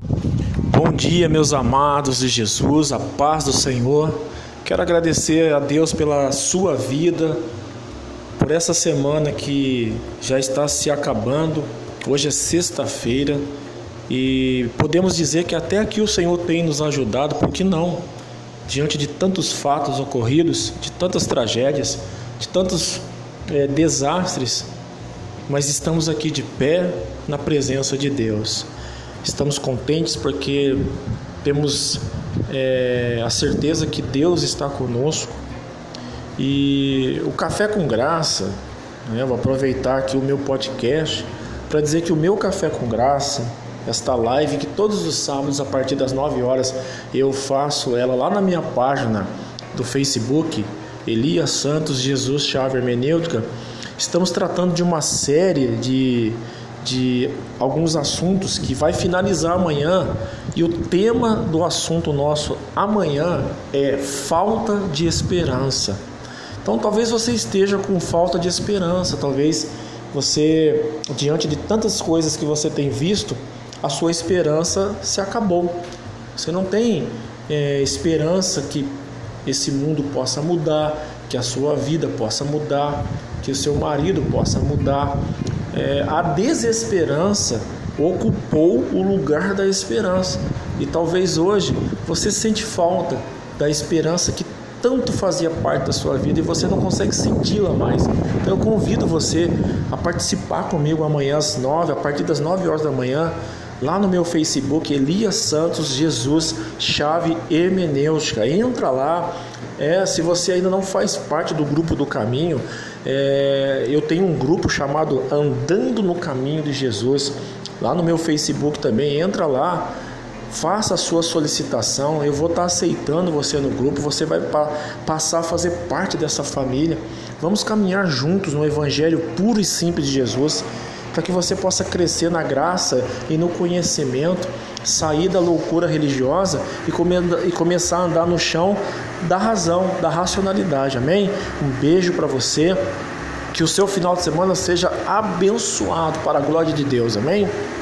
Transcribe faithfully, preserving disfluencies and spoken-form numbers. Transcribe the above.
Bom dia, meus amados de Jesus, a paz do Senhor. Quero agradecer a Deus pela sua vida, por essa semana que já está se acabando. Hoje é sexta-feira e podemos dizer que até aqui o Senhor tem nos ajudado, por que não? Diante de tantos fatos ocorridos, de tantas tragédias, de tantos é, desastres, mas estamos aqui de pé na presença de Deus. Estamos contentes porque temos é, a certeza que Deus está conosco. E o Café com Graça, né, vou aproveitar aqui o meu podcast para dizer que o meu Café com Graça, esta live que todos os sábados a partir das nove horas eu faço ela lá na minha página do Facebook, Elias Santos Jesus Chave Hermenêutica. Estamos tratando de uma série de, de alguns assuntos que vai finalizar amanhã, e o tema do assunto nosso amanhã é falta de esperança. Então talvez você esteja com falta de esperança, talvez você, diante de tantas coisas que você tem visto, a sua esperança se acabou. Você não tem é, esperança que esse mundo possa mudar, que a sua vida possa mudar, que o seu marido possa mudar. É, a desesperança ocupou o lugar da esperança, e talvez hoje você sente falta da esperança que tanto fazia parte da sua vida e você não consegue senti-la mais. Então eu convido você a participar comigo amanhã às nove, a partir das nove horas da manhã, lá no meu Facebook, Elias Santos Jesus Chave Hermenêutica. Entra lá. É, se você ainda não faz parte do grupo do caminho, é, eu tenho um grupo chamado Andando no Caminho de Jesus, lá no meu Facebook também. Entra lá, faça a sua solicitação, eu vou estar aceitando você no grupo, você vai pa- passar a fazer parte dessa família. Vamos caminhar juntos no Evangelho puro e simples de Jesus, para que você possa crescer na graça e no conhecimento, sair da loucura religiosa e, come- e começar a andar no chão da razão, da racionalidade. Amém? Um beijo para você, que o seu final de semana seja abençoado para a glória de Deus. Amém?